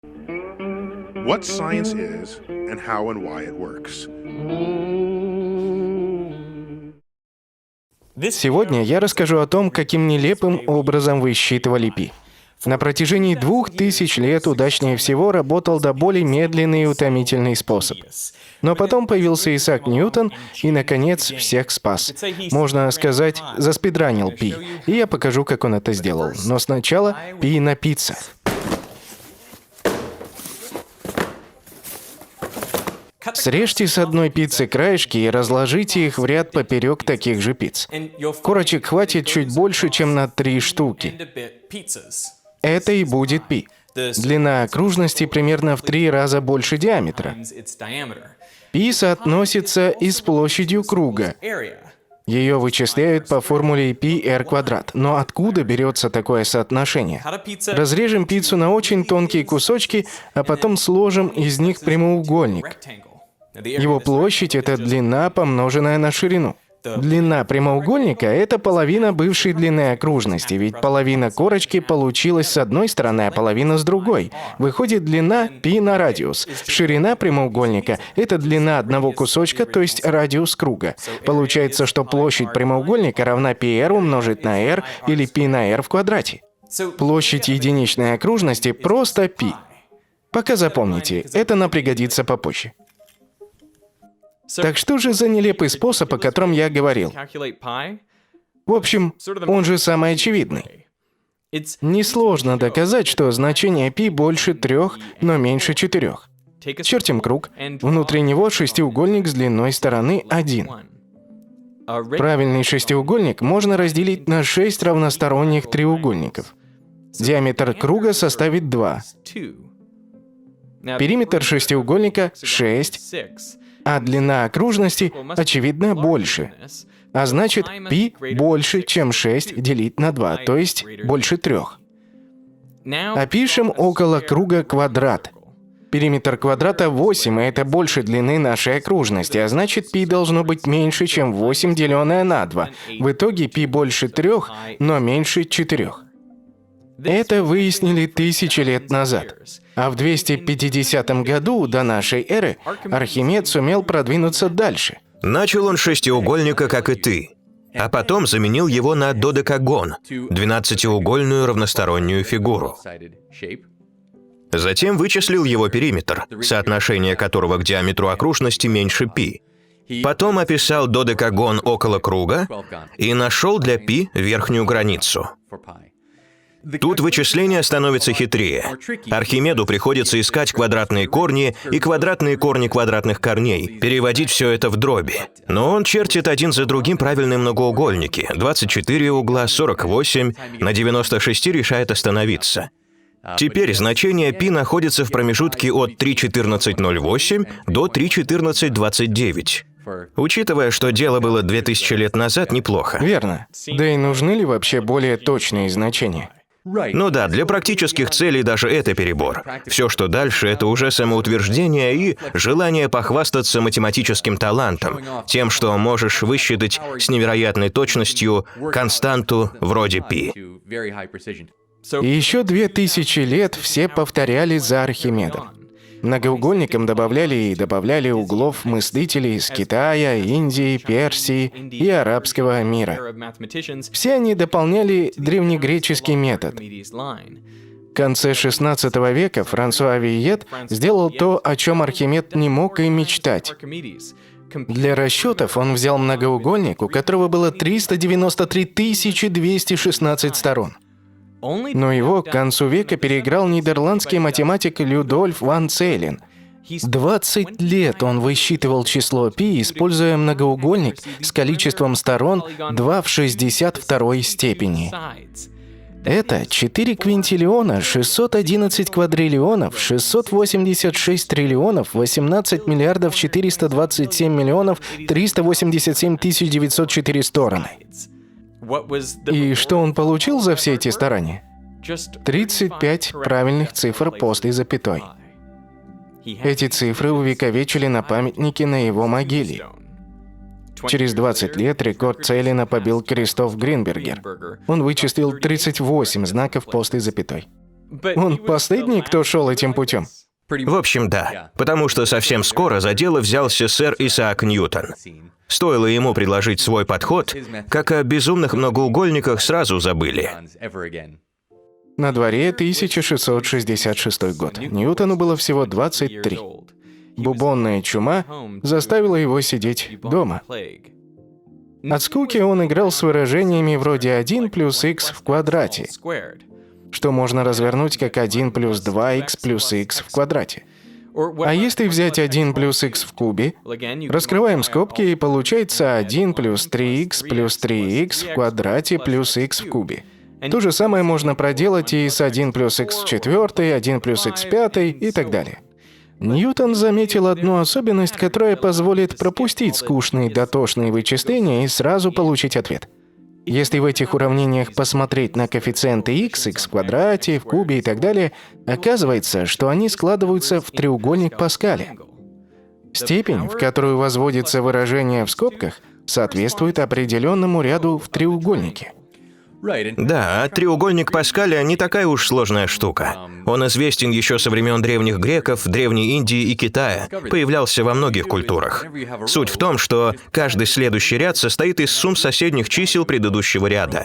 What science is and how and why it works. Сегодня я расскажу о том, каким нелепым образом высчитывали π. На протяжении 2000 лет удачнее всего работал до боли медленный и утомительный способ. Но потом появился Исаак Ньютон и, наконец, всех спас. Можно сказать, заспидранил π. И я покажу, как он это сделал. Но сначала π на пицца. Срежьте с одной пиццы краешки и разложите их в ряд поперек таких же пиц. Корочек хватит чуть больше, чем на 3 штуки. Это и будет π. Длина окружности примерно в 3 раза больше диаметра. π соотносится и с площадью круга. Ее вычисляют по формуле πr². Но откуда берется такое соотношение? Разрежем пиццу на очень тонкие кусочки, а потом сложим из них прямоугольник. Его площадь — это длина, помноженная на ширину. Длина прямоугольника — это половина бывшей длины окружности, ведь половина корочки получилась с одной стороны, а половина с другой. Выходит длина π на радиус. Ширина прямоугольника — это длина одного кусочка, то есть радиус круга. Получается, что площадь прямоугольника равна πr умножить на r или π на r в квадрате. Площадь единичной окружности просто π. Пока запомните, это нам пригодится попозже. Так что же за нелепый способ, о котором я говорил? В общем, он же самый очевидный. Несложно доказать, что значение π больше 3, но меньше 4. Чертим круг. Внутри него шестиугольник с длиной стороны 1. Правильный шестиугольник можно разделить на 6 равносторонних треугольников. Диаметр круга составит 2. Периметр шестиугольника — 6. А длина окружности, очевидно, больше. А значит, π больше, чем 6 делить на 2, то есть больше 3. Опишем около круга квадрат. Периметр квадрата 8, и это больше длины нашей окружности, а значит, π должно быть меньше, чем 8, деленное на 2. В итоге π больше 3, но меньше 4. Это выяснили 1000 лет назад. А в 250 году до нашей эры Архимед сумел продвинуться дальше. Начал он с шестиугольника, как и ты, а потом заменил его на додекагон, 12-угольную равностороннюю фигуру. Затем вычислил его периметр, соотношение которого к диаметру окружности меньше π. Потом описал додекагон около круга и нашел для π верхнюю границу. Тут вычисление становится хитрее. Архимеду приходится искать квадратные корни и квадратные корни квадратных корней, переводить все это в дроби. Но он чертит один за другим правильные многоугольники. 24 угла, 48, на 96 решает остановиться. Теперь значение π находится в промежутке от 3,1408 до 3,1429. Учитывая, что дело было 2000 лет назад, неплохо. Верно. Да и нужны ли вообще более точные значения? Ну да, для практических целей даже это перебор. Все, что дальше, это уже самоутверждение и желание похвастаться математическим талантом, тем, что можешь высчитать с невероятной точностью константу вроде π. И еще 2000 лет все повторяли за Архимедом. Многоугольникам добавляли и добавляли углов мыслителей из Китая, Индии, Персии и арабского мира. Все они дополняли древнегреческий метод. В конце XVI века Франсуа Вийет сделал то, о чем Архимед не мог и мечтать. Для расчетов он взял многоугольник, у которого было 393 216 сторон. Но его к концу века переиграл нидерландский математик Людольф ван Цейлен. 20 лет он высчитывал число π, используя многоугольник с количеством сторон 2 в 62 степени. Это 4 квинтиллиона, 611 квадриллионов, 686 триллионов, 18 миллиардов 427 миллионов 387 904 стороны. И что он получил за все эти старания? 35 правильных цифр после запятой. Эти цифры увековечили на памятнике на его могиле. Через 20 лет рекорд Цейлена побил Кристоф Гринбергер. Он вычислил 38 знаков после запятой. Он последний, кто шел этим путем. В общем, да. Потому что совсем скоро за дело взялся сэр Исаак Ньютон. Стоило ему предложить свой подход, как о безумных многоугольниках сразу забыли. На дворе 1666 год. Ньютону было всего 23. Бубонная чума заставила его сидеть дома. От скуки он играл с выражениями вроде 1 плюс х в квадрате, что можно развернуть как 1 плюс 2х плюс х в квадрате. А если взять 1 плюс х в кубе, раскрываем скобки, и получается 1 плюс 3х плюс 3х в квадрате плюс х в кубе. То же самое можно проделать и с 1 плюс х в четвертой, 1 плюс х в пятой и так далее. Ньютон заметил одну особенность, которая позволит пропустить скучные дотошные вычисления и сразу получить ответ. Если в этих уравнениях посмотреть на коэффициенты x, x в квадрате, в кубе и так далее, оказывается, что они складываются в треугольник Паскаля. Степень, в которую возводится выражение в скобках, соответствует определенному ряду в треугольнике. Да, треугольник Паскаля не такая уж сложная штука. Он известен еще со времен древних греков, Древней Индии и Китая, появлялся во многих культурах. Суть в том, что каждый следующий ряд состоит из сумм соседних чисел предыдущего ряда.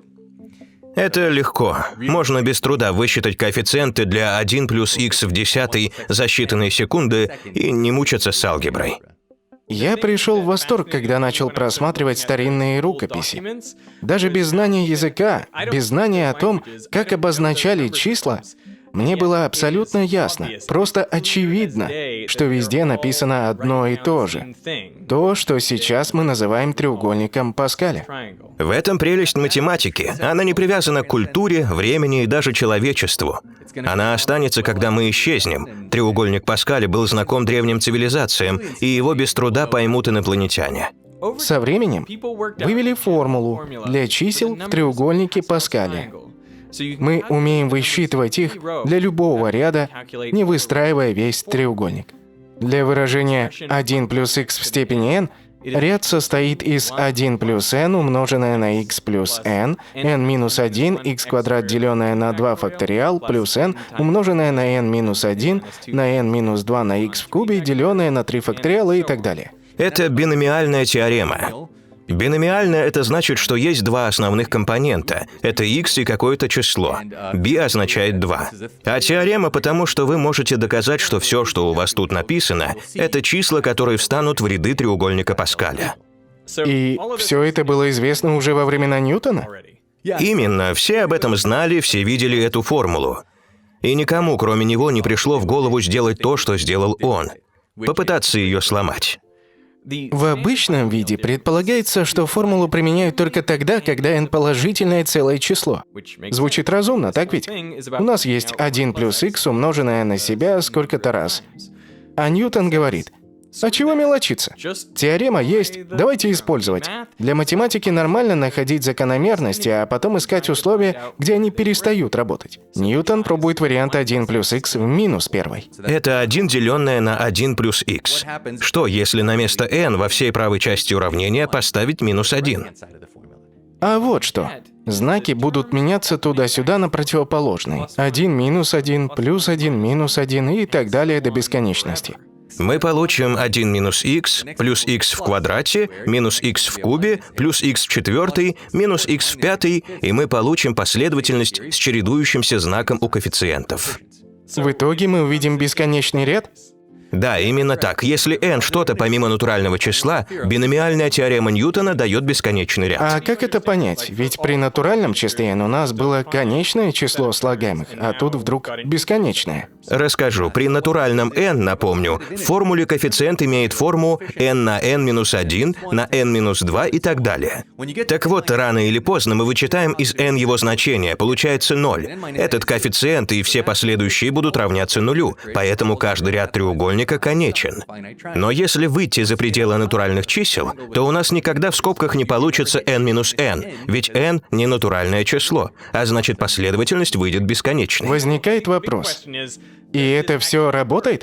Это легко. Можно без труда высчитать коэффициенты для 1 плюс х в десятой за считанные секунды и не мучиться с алгеброй. Я пришел в восторг, когда начал просматривать старинные рукописи. Даже без знания языка, без знания о том, как обозначали числа, мне было абсолютно ясно, просто очевидно, что везде написано одно и то же. То, что сейчас мы называем треугольником Паскаля. В этом прелесть математики. Она не привязана к культуре, времени и даже человечеству. Она останется, когда мы исчезнем. Треугольник Паскаля был знаком древним цивилизациям, и его без труда поймут инопланетяне. Со временем вывели формулу для чисел в треугольнике Паскаля. Мы умеем высчитывать их для любого ряда, не выстраивая весь треугольник. Для выражения 1 плюс х в степени n ряд состоит из 1 плюс n умноженное на x плюс n минус 1, x квадрат деленное на 2 факториал, плюс n умноженное на n минус 1, на n минус 2 на x в кубе, деленное на 3 факториала и так далее. Это биномиальная теорема. Биномиальная — это значит, что есть два основных компонента. Это x и какое-то число. b означает 2. А теорема потому, что вы можете доказать, что все, что у вас тут написано, это числа, которые встанут в ряды треугольника Паскаля. И все это было известно уже во времена Ньютона? Именно. Все об этом знали, все видели эту формулу. И никому, кроме него, не пришло в голову сделать то, что сделал он. Попытаться ее сломать. В обычном виде предполагается, что формулу применяют только тогда, когда n положительное целое число. Звучит разумно, так ведь? У нас есть 1 плюс х умноженное на себя сколько-то раз. А Ньютон говорит: а чего мелочиться? Теорема есть, давайте использовать. Для математики нормально находить закономерности, а потом искать условия, где они перестают работать. Ньютон пробует вариант 1 плюс х в минус 1. Это 1 деленное на 1 плюс х. Что, если на место n во всей правой части уравнения поставить минус 1? А вот что. Знаки будут меняться туда-сюда на противоположные. 1 минус 1, плюс 1 минус 1 и так далее до бесконечности. Мы получим 1 минус х, плюс х в квадрате, минус х в кубе, плюс х в четвертой, минус х в пятой, и мы получим последовательность с чередующимся знаком у коэффициентов. В итоге мы увидим бесконечный ряд? Да, именно так. Если n что-то помимо натурального числа, биномиальная теорема Ньютона дает бесконечный ряд. А как это понять? Ведь при натуральном числе n у нас было конечное число слагаемых, а тут вдруг бесконечное. Расскажу. При натуральном n, напомню, в формуле коэффициент имеет форму n на n минус 1, на n минус 2 и так далее. Так вот, рано или поздно мы вычитаем из n его значение, получается 0. Этот коэффициент и все последующие будут равняться нулю, поэтому каждый ряд треугольника конечен. Но если выйти за пределы натуральных чисел, то у нас никогда в скобках не получится n минус n, ведь n не натуральное число, а значит последовательность выйдет бесконечной. Возникает вопрос. И это все работает?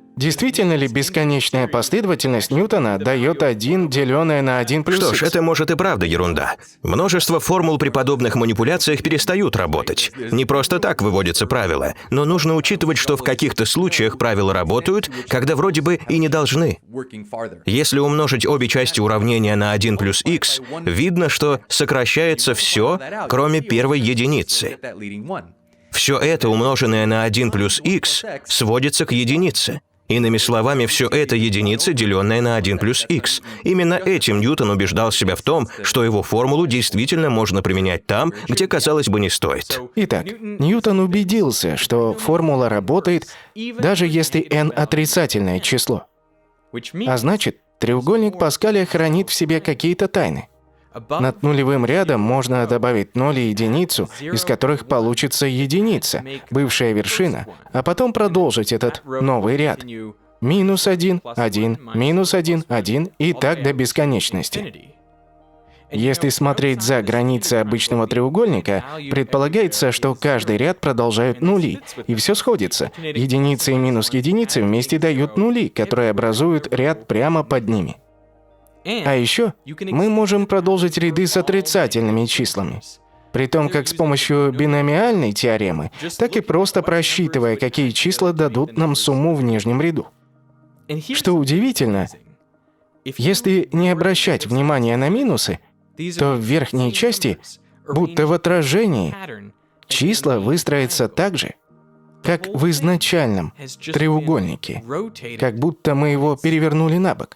Действительно ли бесконечная последовательность Ньютона дает 1, деленное на 1 плюс Что ж, х? это может и правда ерунда. Множество формул при подобных манипуляциях перестают работать. Не просто так выводятся правила, но нужно учитывать, что в каких-то случаях правила работают, когда вроде бы и не должны. Если умножить обе части уравнения на 1 плюс х, видно, что сокращается все, кроме первой единицы. Все это, умноженное на 1 плюс х, сводится к единице. Иными словами, все это единица, деленная на 1 плюс х. Именно этим Ньютон убеждал себя в том, что его формулу действительно можно применять там, где, казалось бы, не стоит. Итак, Ньютон убедился, что формула работает, даже если n отрицательное число. А значит, треугольник Паскаля хранит в себе какие-то тайны. Над нулевым рядом можно добавить 0 и единицу, из которых получится единица, бывшая вершина, а потом продолжить этот новый ряд. Минус 1, 1, минус 1, 1 и так до бесконечности. Если смотреть за границы обычного треугольника, предполагается, что каждый ряд продолжает нули, и все сходится. Единицы и минус единицы вместе дают нули, которые образуют ряд прямо под ними. А еще мы можем продолжить ряды с отрицательными числами. При том, как с помощью биномиальной теоремы, так и просто просчитывая, какие числа дадут нам сумму в нижнем ряду. Что удивительно, если не обращать внимания на минусы, то в верхней части, будто в отражении, числа выстроятся так же, как в изначальном треугольнике, как будто мы его перевернули на бок.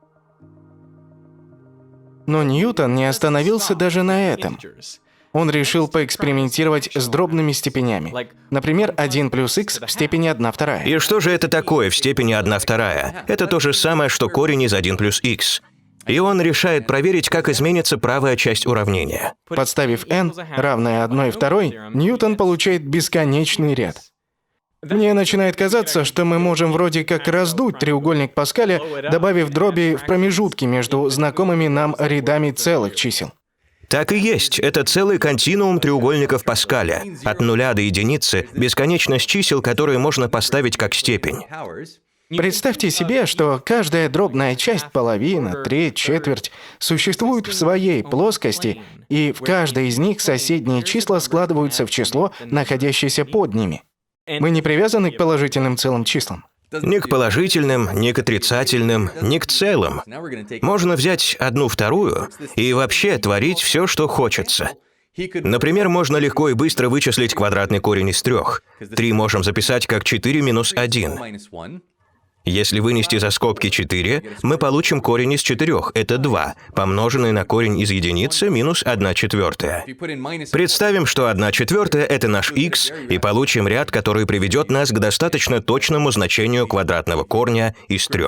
Но Ньютон не остановился даже на этом. Он решил поэкспериментировать с дробными степенями. Например, 1 плюс х в степени 1/2. И что же это такое в степени 1/2? Это то же самое, что корень из 1 плюс х. И он решает проверить, как изменится правая часть уравнения. Подставив n, равное 1/2, Ньютон получает бесконечный ряд. Мне начинает казаться, что мы можем вроде как раздуть треугольник Паскаля, добавив дроби в промежутки между знакомыми нам рядами целых чисел. Так и есть. Это целый континуум треугольников Паскаля. От нуля до единицы бесконечность чисел, которые можно поставить как степень. Представьте себе, что каждая дробная часть, половина, треть, четверть, существует в своей плоскости, и в каждой из них соседние числа складываются в число, находящееся под ними. Мы не привязаны к положительным целым числам. Ни к положительным, ни к отрицательным, ни к целым. Можно взять 1/2 и вообще творить все, что хочется. Например, можно легко и быстро вычислить квадратный корень из 3. 3 можем записать как 4 минус 1. Если вынести за скобки 4, мы получим корень из 4, это 2, помноженный на корень из единицы минус 1/4. Представим, что 1/4 — это наш х, и получим ряд, который приведет нас к достаточно точному значению квадратного корня из 3.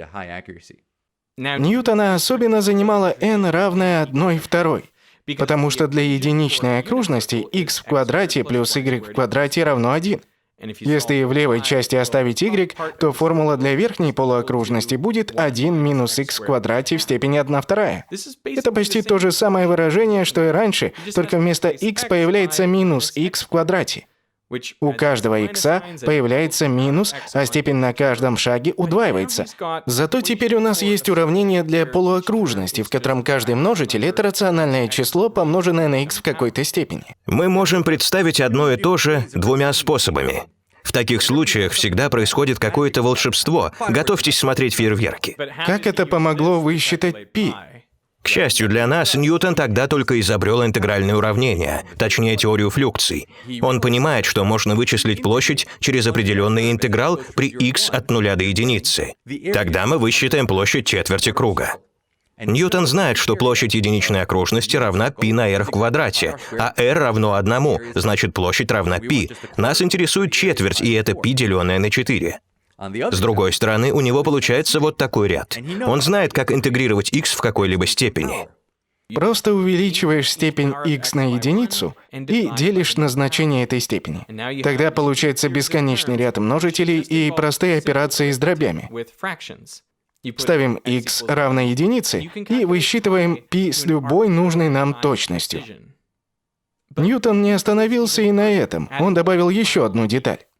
Ньютона особенно занимала n равное 1/2, потому что для единичной окружности x в квадрате плюс y в квадрате равно 1. Если в левой части оставить y, то формула для верхней полуокружности будет 1 минус х в квадрате в степени 1/2. Это почти то же самое выражение, что и раньше, только вместо x появляется минус х в квадрате. У каждого х появляется минус, а степень на каждом шаге удваивается. Зато теперь у нас есть уравнение для полуокружности, в котором каждый множитель — это рациональное число, помноженное на х в какой-то степени. Мы можем представить одно и то же двумя способами. В таких случаях всегда происходит какое-то волшебство. Готовьтесь смотреть фейерверки. Как это помогло высчитать π? К счастью для нас, Ньютон тогда только изобрел интегральные уравнения, точнее теорию флюкций. Он понимает, что можно вычислить площадь через определенный интеграл при х от 0 до единицы. Тогда мы высчитаем площадь четверти круга. Ньютон знает, что площадь единичной окружности равна π на r в квадрате, а r равно 1, значит площадь равна π. Нас интересует четверть, и это π, деленное на 4. С другой стороны, у него получается вот такой ряд. Он знает, как интегрировать х в какой-либо степени. Просто увеличиваешь степень х на единицу и делишь на значение этой степени. Тогда получается бесконечный ряд множителей и простые операции с дробями. Ставим х равно единице и высчитываем π с любой нужной нам точностью. Ньютон не остановился и на этом. Он добавил еще одну деталь.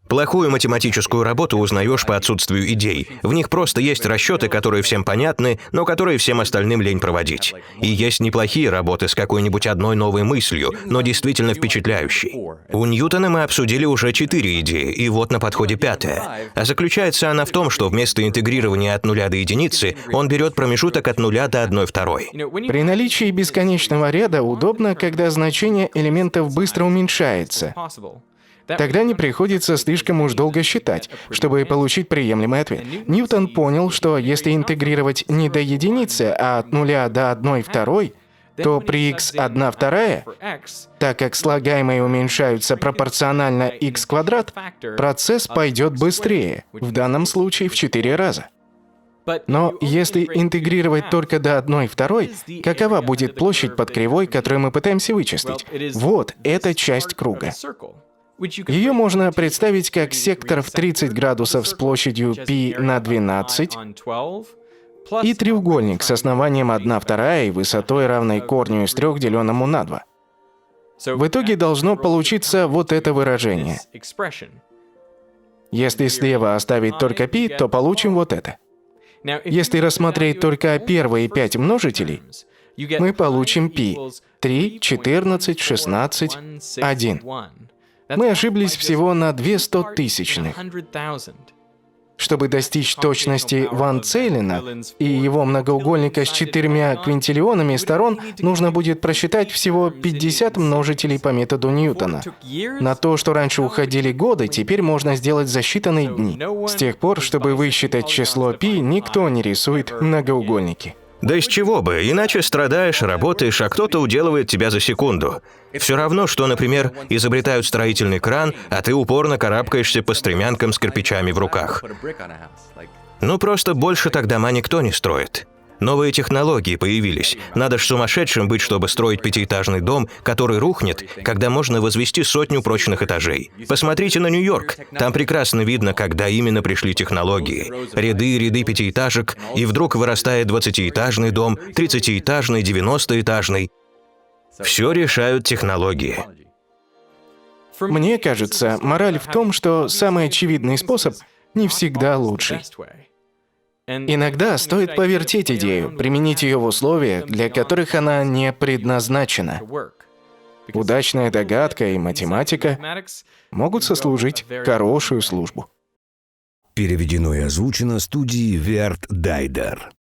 Плохую математическую работу узнаешь по отсутствию идей. В них просто есть расчеты, которые всем понятны, но которые всем остальным лень проводить. И есть неплохие работы с какой-нибудь одной новой мыслью, но действительно впечатляющей. У Ньютона мы обсудили уже 4 идеи, и вот на подходе 5-я. А заключается она в том, что вместо интегрирования от 0 до единицы он берет промежуток от 0 до 1/2. При наличии бесконечного ряда удобно, когда значение элементов быстро уменьшается. Тогда не приходится слишком уж долго считать, чтобы получить приемлемый ответ. Ньютон понял, что если интегрировать не до единицы, а от 0 до 1/2, то при x 1/2, так как слагаемые уменьшаются пропорционально x квадрат, процесс пойдет быстрее, в данном случае в 4 раза. Но если интегрировать только до 1/2, какова будет площадь под кривой, которую мы пытаемся вычислить? Вот, это часть круга. Ее можно представить как сектор в 30 градусов с площадью π на 12 и треугольник с основанием 1/2 и высотой, равной корню из 3, деленному на 2. В итоге должно получиться вот это выражение. Если слева оставить только π, то получим вот это. Если рассмотреть только первые 5 множителей, мы получим π 3, 14, 16, 1. Мы ошиблись всего на 0,02. Чтобы достичь точности Ван Цейлена и его многоугольника с 4 квинтиллионами сторон, нужно будет просчитать всего 50 множителей по методу Ньютона. На то, что раньше уходили годы, теперь можно сделать за считанные дни. С тех пор, чтобы высчитать число π, никто не рисует многоугольники. Да из чего бы, иначе страдаешь, работаешь, а кто-то уделывает тебя за секунду. Все равно, что, например, изобретают строительный кран, а ты упорно карабкаешься по стремянкам с кирпичами в руках. Ну просто больше так дома никто не строит. Новые технологии появились. Надо ж сумасшедшим быть, чтобы строить 5-этажный дом, который рухнет, когда можно возвести 100 прочных этажей. Посмотрите на Нью-Йорк. Там прекрасно видно, когда именно пришли технологии. Ряды и ряды 5-этажек, и вдруг вырастает 20-этажный дом, 30-этажный, 90-этажный. Все решают технологии. Мне кажется, мораль в том, что самый очевидный способ не всегда лучший. Иногда стоит повертеть идею, применить ее в условиях, для которых она не предназначена. Удачная догадка и математика могут сослужить хорошую службу. Переведено и озвучено студией Верт Дайдер.